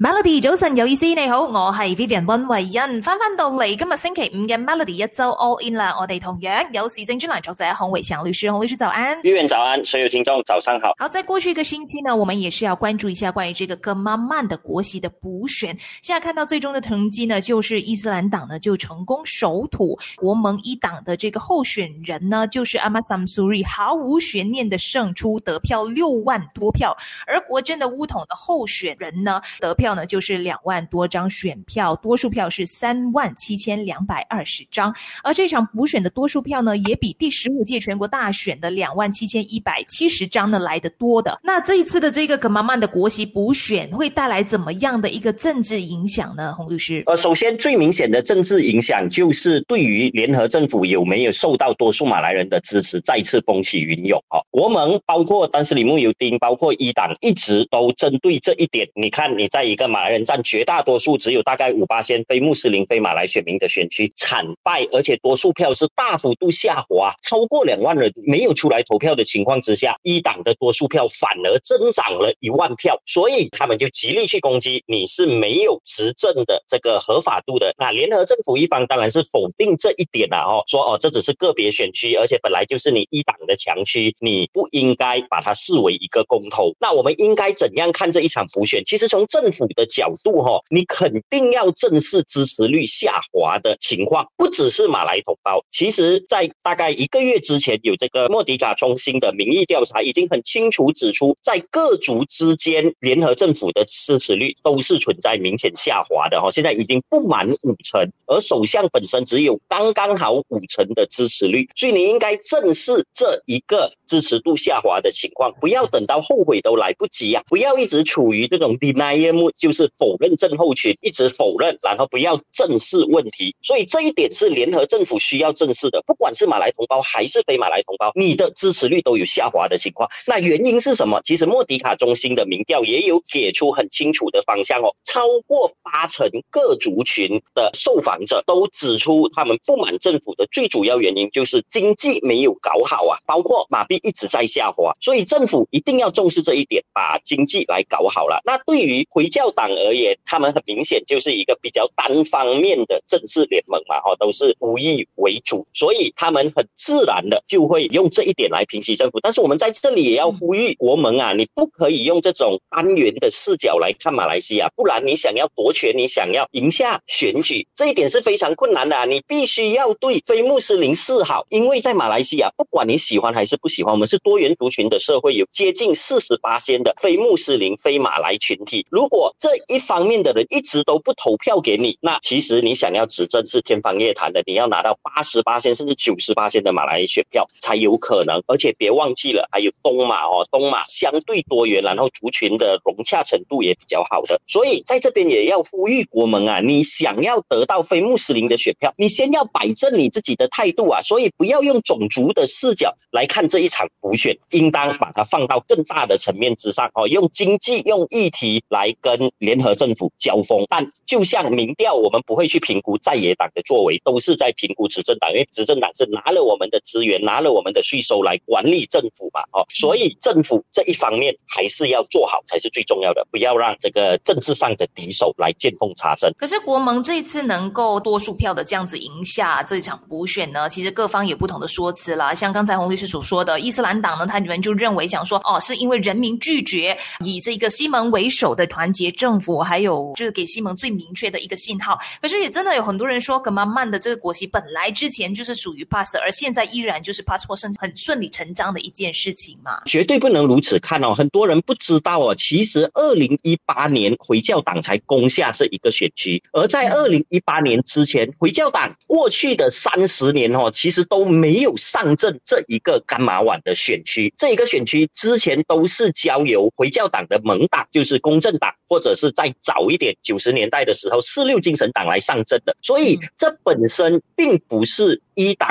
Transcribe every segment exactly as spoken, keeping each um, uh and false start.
Melody 早晨有意思，你好，我係 Vivian 溫慧欣，翻翻到嚟今日星期五嘅 Melody 一周 All In 啦，我哋同樣有時政專欄作者洪偉祥律師，洪律師早安。 Vivian 早安，所有聽眾早上好。 好，在過去一個星期呢，我們也是要關注一下關於這個格馬曼的國席的補選。現在看到最終的成績呢，就是伊斯蘭黨呢就成功守土，國盟一黨的這個候選人呢，就是 Ahmad Samsuri 毫無懸念的勝出，得票六萬多票，而國陣的巫統的候選人呢，得票呢就是兩萬多張選票，多數票是三萬七千兩百二十張，而這場補選的多數票呢，也比第十五屆全國大選的兩萬七千一百七十張呢來得多的。那這一次的這個格馬曼的國席補選會帶來怎麼樣的一個政治影響呢？洪律師， 呃，首先最明顯的政治影響就是對於聯合政府有沒有受到多數馬來人的支持，再次風起雲湧。哦，國盟包括丹斯里慕尤丁，包括伊黨，一直都針對這一點。你看，你在一個馬來人佔絕大多數，只有大概五巴仙非穆斯林、非馬來選民的選區慘敗，而且多數票是大幅度下滑，超過兩萬人沒有出來投票的情況之下，伊黨的多數票反而增長了一萬票，所以他們就極力去攻擊你是沒有執政的這個合法度的。那聯合政府一方當然是否定這一點啦，哦，說哦這只是個別選區，而且本來就是你伊黨的強區，你不應該把它視為一個公投。那我們應該怎樣看這一場補選？其實從政府的角度，哦，你肯定要正視支持率下滑的情況，不只是馬來同胞。其實在大概一個月之前，有這個莫迪卡中心的民意調查已經很清楚指出，在各族之間聯合政府的支持率都是存在明顯下滑的，現在已經不滿五成，而首相本身只有剛剛好五成的支持率，所以你應該正視這一個支持度下滑的情況，不要等到後悔都來不及啊！不要一直處於這種 denial mode，就是否認症候群，一直否認，然後不要正視問題。所以這一點是聯合政府需要正視的，不管是馬來同胞還是非馬來同胞，你的支持率都有下滑的情況。那原因是什麼？其實莫迪卡中心的民調也有給出很清楚的方向哦，超過八成各族群的受訪者都指出，他們不滿政府的最主要原因就是經濟沒有搞好啊，包括馬幣一直在下滑，所以政府一定要重視這一點，把經濟來搞好了。那對於回教黨而言，他們很明顯就是一個比較單方面的政治聯盟嘛，哦，都是無意為主，所以他們很自然的就會用這一點來平息政府。但是我們在這裡也要呼籲國盟啊，你不可以用這種單元的視角來看馬來西亞，不然你想要奪權，你想要贏下選舉，這一點是非常困難的啊。你必須要對非穆斯林示好，因為在馬來西亞，不管你喜歡還是不喜歡，我們是多元族群的社會，有接近四十巴仙的非穆斯林、非馬來群體。如果這一方面的人一直都不投票給你，那其實你想要執政是天方夜譚的，你要拿到八十巴仙甚至九十巴仙的馬來選票才有可能。而且別忘記了，還有東馬哦，東馬相對多元，然後族群的融洽程度也比較好的。所以在這邊也要呼籲國盟啊，你想要得到非穆斯林的選票，你先要擺正你自己的態度啊，所以不要用種族的視角來看這一場補選，應當把它放到更大的層面之上哦，用經濟、用議題來跟聯合政府交鋒。但就像民調，我們不會去評估在野黨的作為，都是在評估執政黨，因為執政黨是拿了我們的資源，拿了我們的稅收來管理政府嘛，哦，所以政府這一方面還是要做好才是最重要的，不要讓這個政治上的敵手來見縫插針。 可是國盟這一次能夠多數票的這樣子贏下這場補選呢，其實各方有不同的說辭啦。像剛才洪律師所說的，伊斯蘭黨呢，他們就認為講說，哦，是因為人民拒絕以這個西蒙為首的團結政府，還有就是給西蒙最明確的一個信號。可是也真的有很多人說，格馬曼的這個國席本來之前就是屬於 pass 的，而現在依然就是 pass 或甚至很順理成章的一件事情嘛。 絕對不能如此看哦，很多人不知道哦，其實二零一八年回教黨才攻下這一個選區，而在二零一八年之前，回教黨過去的三十年哦，其實都沒有上陣這一個甘馬碗的選區，這一個選區之前都是交由回教黨的盟黨，就是公正黨，或者是再早一點九十年代的時候四六精神黨來上陣的，所以這本身並不是一黨的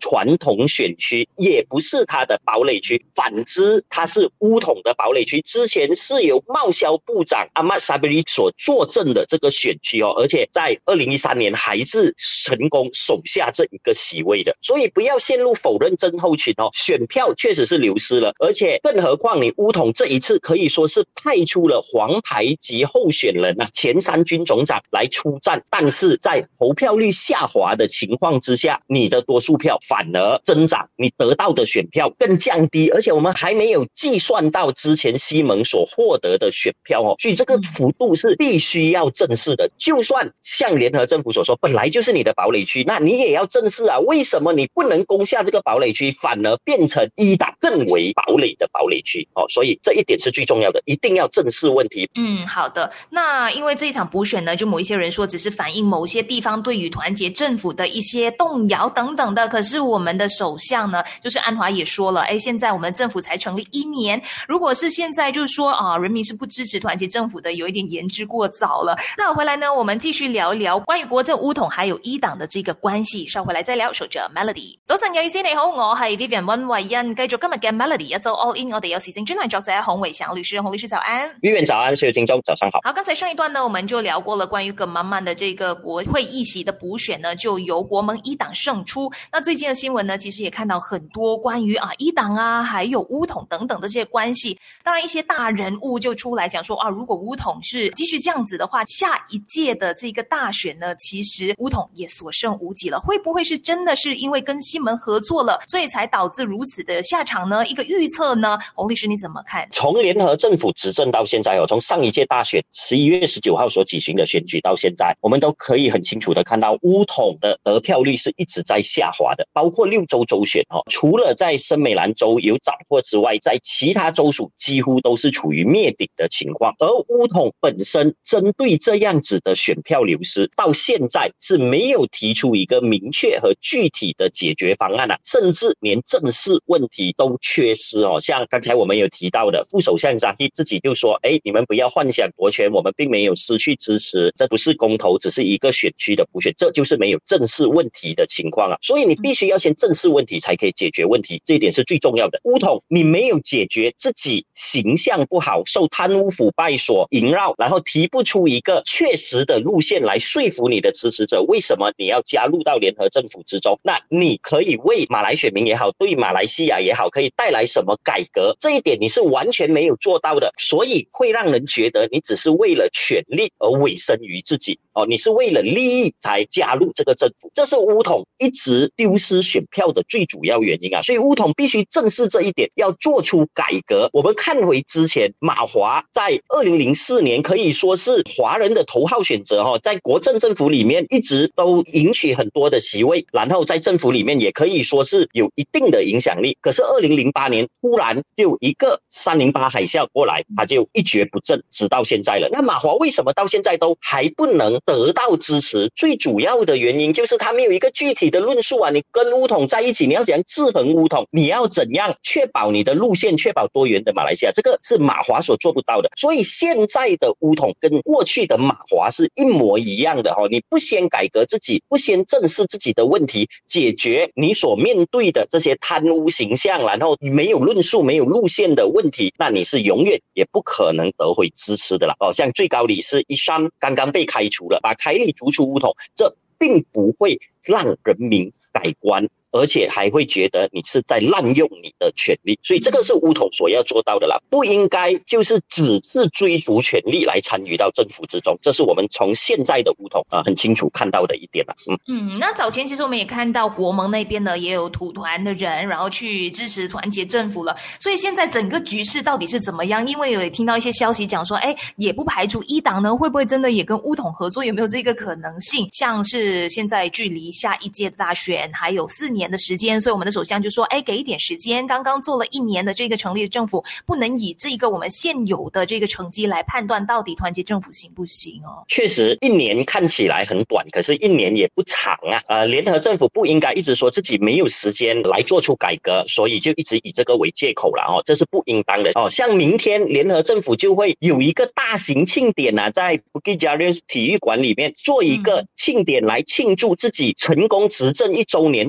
传统选区，也不是他的堡垒区，反之它是巫统的堡垒区。之前是由贸销部长阿马萨比里所坐镇的这个选区哦，而且在二零一三年还是成功守下这一个席位的，所以不要陷入否认症候群哦。选票确实是流失了，而且更何况你巫统这一次可以说是派出了黄牌级候选人啊，前三军总长来出战，但是在投票率下滑的情况之下，你的多数票反而增长，你得到的选票更降低，而且我们还没有计算到之前西蒙所获得的选票哦，所以这个幅度是必须要正视的。就算像联合政府所说，本来就是你的堡垒区，那你也要正视啊，为什么你不能攻下这个堡垒区，反而变成一党更为堡垒的堡垒区哦？所以这一点是最重要的，一定要正视问题。 嗯，好的。那因为这一场补选呢，就某一些人说只是反映某些地方对于团结政府的一些动摇等等的，可是我们的首相呢，就是安华也说了，诶，现在我们政府才成立一年，如果是现在就是说啊，人民是不支持团结政府的，有一点言之过早了。那回来呢，我们继续聊一聊關於國政巫統還有伊黨的這個關係，稍回來再聊。守着 Melody， 早晨有意思，你好，我係 Vivian 溫慧欣，繼續今日嘅 Melody 一周 All In， 我哋有時政專欄作者洪偉祥律師，洪律師早安。 Vivian 早安，所有聽眾早上好。 好，剛才上一段呢，我們就聊過了關於葛曼曼的這個國會議席的補選呢，就由國盟伊黨勝出。那最近的新聞呢，其實也看到很多關於啊伊黨啊，還有巫統等等的這些關係。當然，一些大人物就出來講說啊，如果巫統是繼續這樣子的話，下一屆的這個大選呢，其實巫統也所剩無幾了。會不會是真的是因為跟西門合作了，所以才導致如此的下場呢？一個預測呢？洪律師你怎麼看？ 從聯合政府執政到現在哦，從上一屆大選十一月十九號所舉行的選舉到現在，我們都可以很清楚的看到巫統的得票率是一直在下滑的。包括六州州選哦，除了在森美蘭州有斬獲之外，在其他州屬幾乎都是處於滅頂的情況。而巫統本身針對這樣子的選票流失，到現在是沒有提出一個明確和具體的解決方案啊，甚至連正式問題都缺失哦。像剛才我們有提到的副首相扎希自己就說，誒，你們不要幻想奪權，我們並沒有失去支持，這不是公投，只是一個選區的補選，這就是沒有正視問題的情況啊。所以你必須要先正視問題，才可以解決問題，這一點是最重要的。巫統你沒有解決自己形象不好，受貪污腐敗所縈繞，然後提不出一個確實的路線來說服你的支持者，為什麼你要加入到聯合政府之中？那你可以為馬來選民也好，對馬來西亞也好，可以帶來什麼改革？這一點你是完全沒有做到的，所以會讓人覺得你只是為了權力而委身於自己哦，你是為了利益才加入這個政府，這是巫統一直丟失選票的最主要原因啊！所以巫統必須正視這一點，要做出改革。我們看回之前，馬華在二零零四年可以說是華人的頭號選擇哦，在國政政府裡面一直都贏取很多的席位，然後在政府裡面也可以說是有一定的影響力。可是二零零八年突然就一個三零八海嘯過來，他就一蹶不振，直到現在了。那馬華為什麼到現在都還不能得到支持？最主要的原因就是他沒有一個具體的論述啊！你跟巫統在一起，你要怎樣制衡巫統？你要怎樣確保你的路線，確保多元的馬來西亞？這個是馬華所做不到的。所以現在的巫統跟過去的馬華是一模一樣的哦。你不先改革自己，不先正視自己的問題，解決你所面對的這些貪污形象，然後沒有論述、沒有路線的問題，那你是永遠也不可能得回支持的了哦。像最高理事伊珊剛剛被開除了，把凱利逐出巫統，這並不會讓人民改觀，而且還會覺得你是在濫用你的權利，所以這個是巫統所要做到的啦，不應該就是只是追逐權力來參與到政府之中，這是我們從現在的巫統啊很清楚看到的一點啦。嗯嗯，那早前其實我們也看到國盟那邊呢也有土團的人，然後去支持團結政府了，所以現在整個局勢到底是怎麼樣？因為有也聽到一些消息講說，誒，也不排除伊黨呢會不會真的也跟巫統合作，有沒有這個可能性？像是現在距離下一屆大選還有四年的時間，所以我們的首相就說，誒，給一點時間，剛剛做了一年的這個成立的政府，不能以這個我們現有的這個成績來判斷到底團結政府行不行哦。 確實一年看起來很短，可是一年也不長啊。呃，聯合政府不應該一直說自己沒有時間來做出改革，所以就一直以這個為借口了哦，這是不應當的哦。像明天聯合政府就會有一個大型慶典啊，在 Bukit Jalil 體育館裡面做一個慶典來慶祝自己成功執政一週年，但是你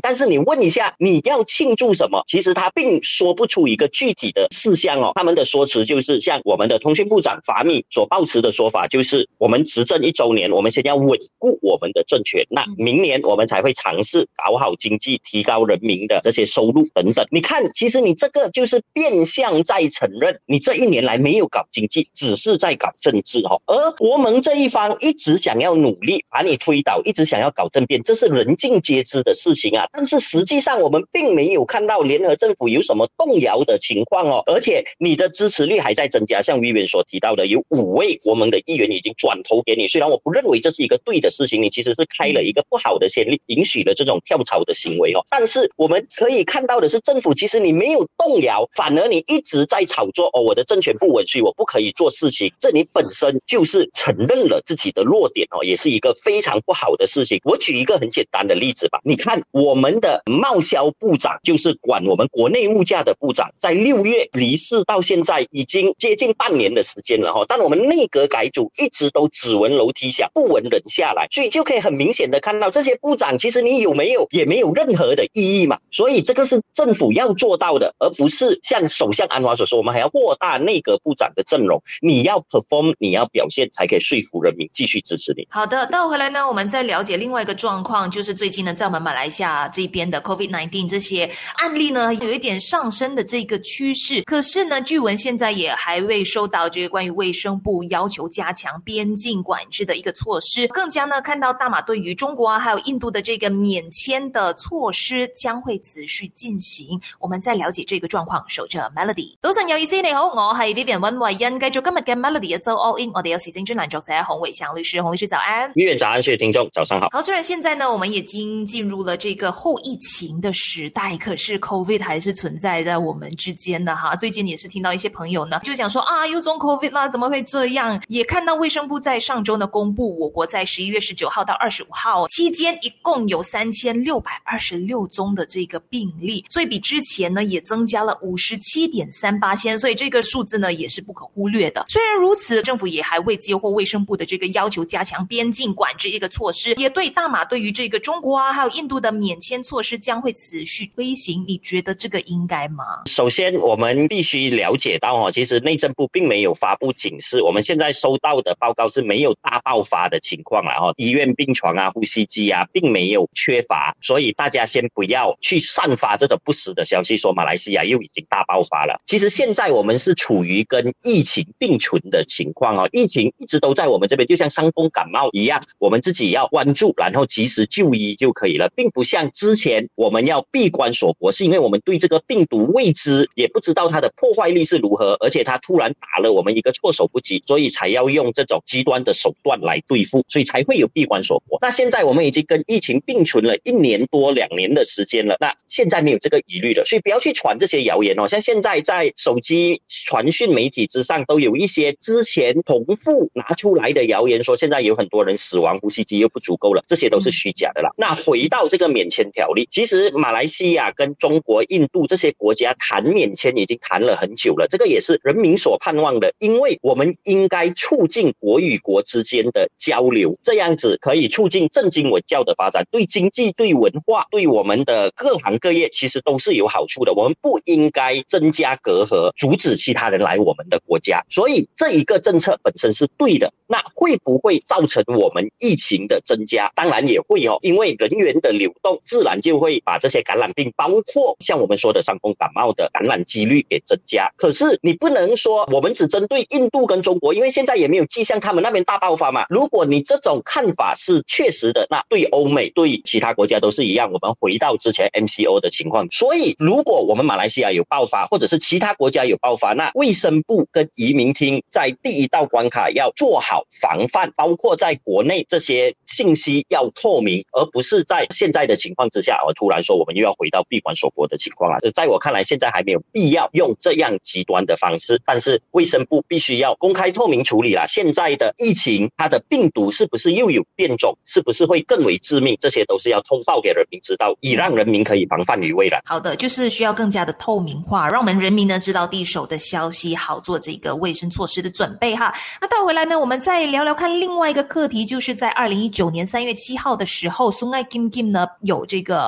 问一下你要庆祝什么，其实他并说不出一个具体的事项哦。他们的说辞就是像我们的通讯部长法米所抱持的说法，就是我们执政一周年，我们先要稳固我们的政权，那明年我们才会尝试搞好经济，提高人民的这些收入等等。你看，其实你这个就是变相在承认你这一年来没有搞经济，只是在搞政治哦。而国盟这一方一直想要努力把你推倒，一直想要搞政变，这是人尽皆知的事情啊。但是实际上我们并没有看到联合政府有什么动摇的情况哦，而且你的支持率还在增加。像Vivian所提到的，有五位国盟的议员已经转投给你，虽然我不认为这是一个对的事情，你其实是开了一个不好的先例，允许了这种跳槽的行为哦。但是我们可以看到的是，政府其实你没有动摇，反而你一直在炒作哦，我的政权不稳，所以我不可以做事情，这你本身就是承认了自己的弱点哦，也是一个非常不好的事情。我举一个很简单的例子吧，你看我们的贸销部长，就是管我们国内物价的部长，在六月离世到现在已经接近半年的时间了哈，但我们内阁改组一直都只闻楼梯响，不闻人下来，所以就可以很明显的看到这些部长其实你有没有也没有任何的意义嘛。所以这个是政府要做到的，而不是像首相安华所说，我们还要扩大内阁部长的阵容，你要 perform， 你要表现，才可以说服人民继续支持你。 好的，倒回来呢，我们再了解另外一个状况，就是最近呢，在我们马来西亚这边的 COVID 十九 这些案例呢，有一点上升的这个趋势。可是呢，据闻现在也还未收到这个关于卫生部要求加强边境管制的一个措施，更加呢看到大马对于中国啊还有印度的这个免签的措施将会持续进行。我们再了解这个状況，守着 Melody。早晨有意思，你好，我係 Vivian 溫慧欣，繼續今日嘅 Melody 一周 All In， 我哋有時政專欄作者洪偉祥律師，洪律師早安。 Vivian早安，所有聽眾早上好。 好，雖然現在呢，我們已經進入了這個後疫情的時代，可是 COVID 還是存在在我們之間的哈。最近也是聽到一些朋友呢，就講說啊，又中 COVID 啦，怎麼會這樣？也看到衛生部在上周呢公布，我國在十一月十九號到二十五號期間，一共有三千六百二十六宗的這個病例，所以比之前呢也增加了五十七點三八千，所以這個數字呢也是不可忽略的。雖然如此，政府也還未接獲衛生部的這個要求加強邊境管制一個措施，也對大馬對於這個中國啊還有印度的免簽措施將會持續推行，你覺得這個應該嗎？ 首先我們必須了解到其實內政部並沒有發布警示，我們現在收到的報告是沒有大爆發的情況啦，醫院病床啊呼吸機啊並沒有缺乏，所以大家先不要去散發這種不實的消息說馬來西亞又已經大爆發了。其實現在我們是處於跟疫情並存的情況，疫情一直都在我們這邊，就像傷風感冒一樣，我們自己要關注然後及時就醫就可以了，並不像之前我們要閉關鎖國，是因為我們對這個病毒未知，也不知道它的破壞力是如何，而且它突然打了我們一個措手不及，所以才要用這種極端的手段來對付，所以才會有閉關鎖國。那現在我們已經跟疫情並存了一年多兩年的時間了，那現在沒有這個疑慮了，所以不要去傳這些謠言哦。像現在在手機傳訊媒體之上都有一些之前重複拿出來的謠言，說現在有很多人死亡，呼吸機又不足夠了，這些都是虛假的啦。那回到這個免簽條例，其實馬來西亞跟中國、印度這些國家談免簽已經談了很久了，這個也是人民所盼望的，因為我們應該促進國與國之間的交流，這樣子可以促進政經文教的發展，對經濟、對文化、對我們的各行各業其實都是有好處的。我們不應該增加隔閡，阻止其他人來我們的國家，所以這一個政策本身是對的。那會不會造成我們疫情的增加？當然也會哦，因為人員的流動自然就會把這些感染病，包括像我們說的傷風感冒的感染幾率給增加。可是你不能說我們只針對印度跟中國，因為現在也沒有跡象他們那邊大爆發嘛。如果你這種看法是確實的，那對歐美對其他國家都是一樣，我們回到之前 M C O 的情況。所以如果我們馬來西亞有爆發，或者是其他國家有爆發，那衛生部跟移民廳在第一道關卡要做好防範，包括在國內這些信息要透明，而不是在現在的情況之下，而突然說我們又要回到閉關鎖國的情況啊。在我看來，現在還沒有必要用這樣極端的方式，但是衛生部必須要公開透明處理啦。現在的疫情，它的病毒是不是又有變種，是不是會更為致命，這些都是要通報給人民知道，以讓人民可以防範於未然。 好的，就是需要更加的透明化，讓我們人民呢知道第一手的消息，好做這個衛生措施的準備哈。那帶回來呢，我們再聊聊看另外一個課題，就是在二零一九年三月七號的時候，Sungai Kim Kim 呢有這個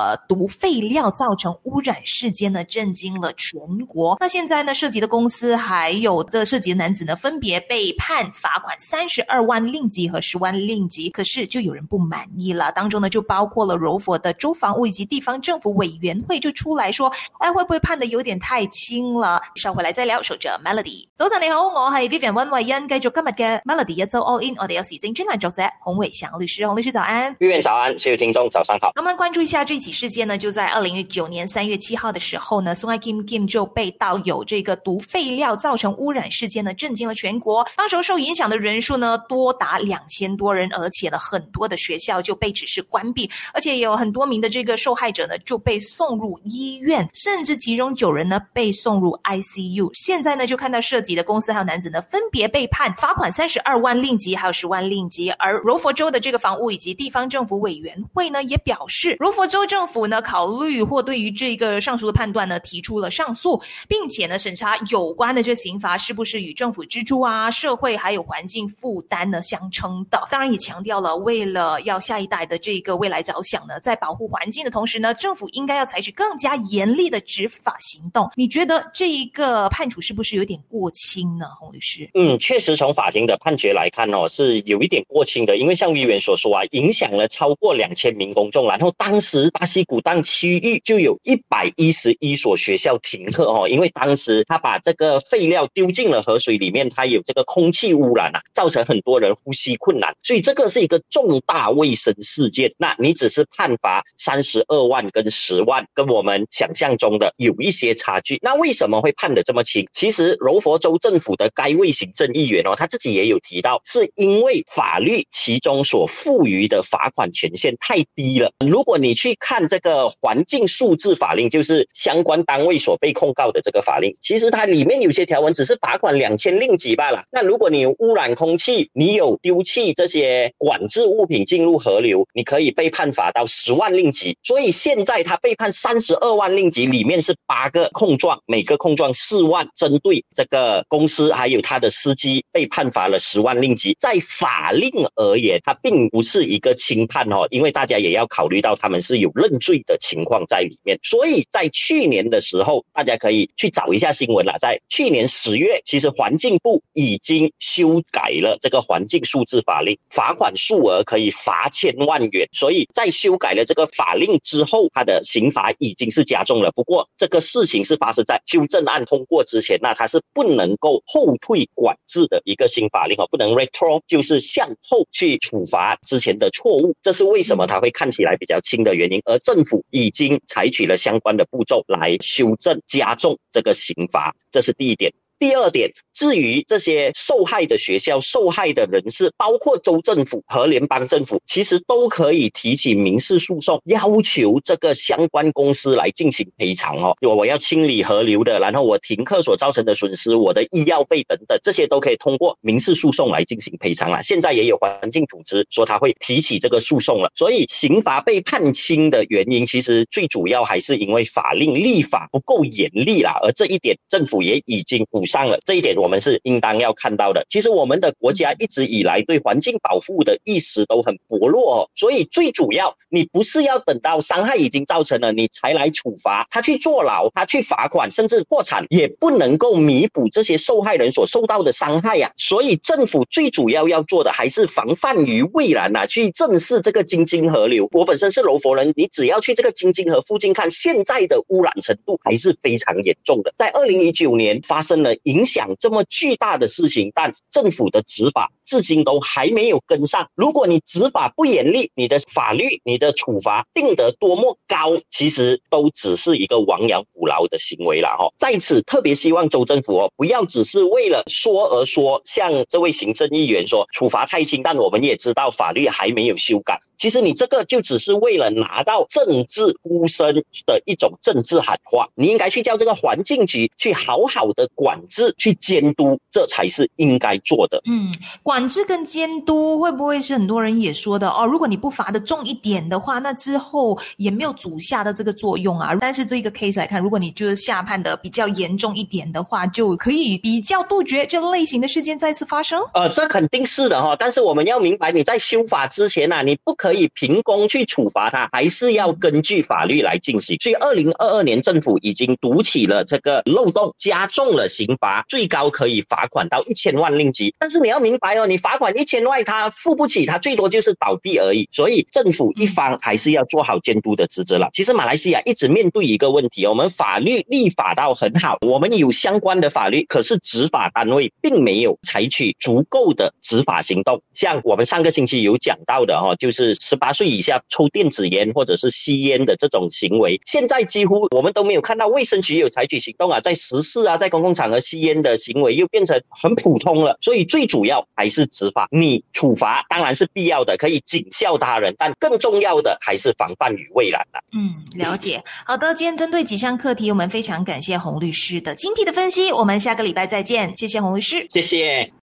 个毒废料造成污染事件呢，震惊了全国。那现在呢，涉及的公司还有这涉及的男子呢，分别被判罚款三十二万令吉和十万令吉。可是就有人不满意了，当中呢就包括了柔佛的州防务以及地方政府委员会就出来说，哎，會不會判得有點太輕了？稍回來再聊。守着 Melody， 早晨你好，我係 Vivian 溫慧欣，繼續今日嘅 Melody 一周 All In， 我哋有時政專欄作者洪偉祥律師，洪律師早安。 Vivian 早安，所有聽眾早上好。 那麼關注一下這起事件呢，就在二零一九年三月七號的時候呢，宋愛 Kim Kim 就被盜有這個毒廢料造成污染事件呢，震驚了全國。當時受影響的人數呢，多達兩千多人，而且呢，很多的學校就被指示關閉，而且有很多名的這個受害者呢，就被送入醫院，甚至其中九人呢被送入 I C U。現在呢，就看到涉及的公司還有男子呢，分別被判罰款三十二萬令吉，還有十萬令吉。而柔佛州的這個房屋以及地方政府委員會呢，也表示，柔佛州政府呢，考慮或對於這個上述的判斷呢，提出了上訴，並且呢，審查有關的這刑罰是不是與政府支出啊、社會還有環境負擔呢相稱的。當然也強調了，為了要下一代的這個未來着想呢，在保護環境的同時呢，政府應該要採取更加嚴厲的執法行動。你覺得這一個判處是不是有點過輕呢，洪律師？ 嗯，確實從法庭的判決來看哦，是有一點過輕的，因為像議員所說啊，影響了超過兩千名公眾，然後當時巴西古當區域就有一百一十一所學校停課哦，因為當時他把這個廢料丟進了河水裡面，它有這個空氣污染啊，造成很多人呼吸困難，所以這個是一個重大衛生事件。那你只是判罰三十二萬跟十萬，跟我們想象中的有一些差距。那為什麼會判得這麼輕？其實柔佛州政府的該位行政議員哦，他自己也有提到，是因為法律其中所賦予的罰款權限太低了。如果你去看這個環境數字法令，就是相關單位所被控告的這個法令，其實它裡面有些條文只是罰款兩千令吉罷了。那如果你有污染空氣，你有丟棄這些管制物品進入河流，你可以被判罰到十萬令吉。所以現在他被判三十二萬令吉，裡面是八個控狀，每個控狀四萬，針對這個公司還有他的司機被判罰了十萬令吉。在法令而言，它並不是一個輕判哦，因為大家也要考慮到他們是有認罪的情況在裡面。所以在去年的時候，大家可以去找一下新聞啦，在去年十月，其實環境部已經修改了這個環境數字法令，罰款數額可以罰千萬元。所以在修改了這個法令之後，它的刑罰已經是加重了。不過這個事情是發生在修正案通過之前，那它是不能夠後退管制的一個新法令，不能 retro， 就是向後去處罰之前的錯誤。這是為什麼它會看起來比較輕的原因，而政府已經採取了相關的步驟來修正加重這個刑罰，這是第一點。第二點，至於這些受害的學校、受害的人士，包括州政府和聯邦政府，其實都可以提起民事訴訟，要求這個相關公司來進行賠償哦。我要清理河流的，然後我停課所造成的損失，我的醫藥費等等，這些都可以通過民事訴訟來進行賠償啦。現在也有環境組織說他會提起這個訴訟了。所以刑罰被判輕的原因，其實最主要還是因為法令立法不夠嚴厲啦，而這一點政府也已經補上了，這一點我們是應當要看到的。其實我們的國家一直以來對環境保護的意識都很薄弱哦，所以最主要你不是要等到傷害已經造成了你才來處罰，他去坐牢，他去罰款，甚至破產，也不能夠彌補這些受害人所受到的傷害呀、啊。所以政府最主要要做的還是防範於未然啊，去正視這個金金河流。我本身是柔佛人，你只要去這個金金河附近看，現在的污染程度還是非常嚴重的。在二零一九年發生了影響這麼巨大的事情，但政府的執法至今都還沒有跟上。如果你執法不嚴厲，你的法律、你的處罰定得多麼高，其實都只是一個亡羊補牢的行為啦。在此特別希望州政府哦，不要只是為了說而說，像這位行政議員說處罰太輕，但我們也知道法律還沒有修改。其實你這個就只是為了拿到政治呼聲的一種政治喊話，你應該去叫這個環境局去好好的管制、去监督，这才是应该做的。 嗯，管制跟监督会不会是很多人也说的哦？如果你不罚的重一点的话，那之后也没有阻吓的这个作用啊。但是这个 case 来看，如果你就是下判的比较严重一点的话，就可以比较杜绝这类型的事件再次发生。 呃，这肯定是的哈，但是我们要明白，你在修法之前啊，你不可以凭空去处罚它，还是要根据法律来进行。所以，二零二二年政府已经堵起了这个漏洞，加重了刑罚，最高可以罚款到一千万令吉。但是你要明白哦，你罚款一千万，他付不起，他最多就是倒闭而已。所以，政府一方还是要做好监督的职责了。其实，马来西亚一直面对一个问题，我们法律立法到很好，我们有相关的法律，可是执法单位并没有采取足够的执法行动。像我们上个星期有讲到的哈，就是十八岁以下抽电子烟或者是吸烟的这种行为，现在几乎我们都没有看到卫生局有采取行动啊，在食肆啊，在公共场合吸烟的行为又变成很普通了。所以最主要还是执法，你处罚当然是必要的，可以警孝他人，但更重要的还是防范于未然的。 嗯，了解。好的，今天针对几项课题，我们非常感谢洪律师的精辟的分析，我们下个礼拜再见，谢谢洪律师， 谢谢。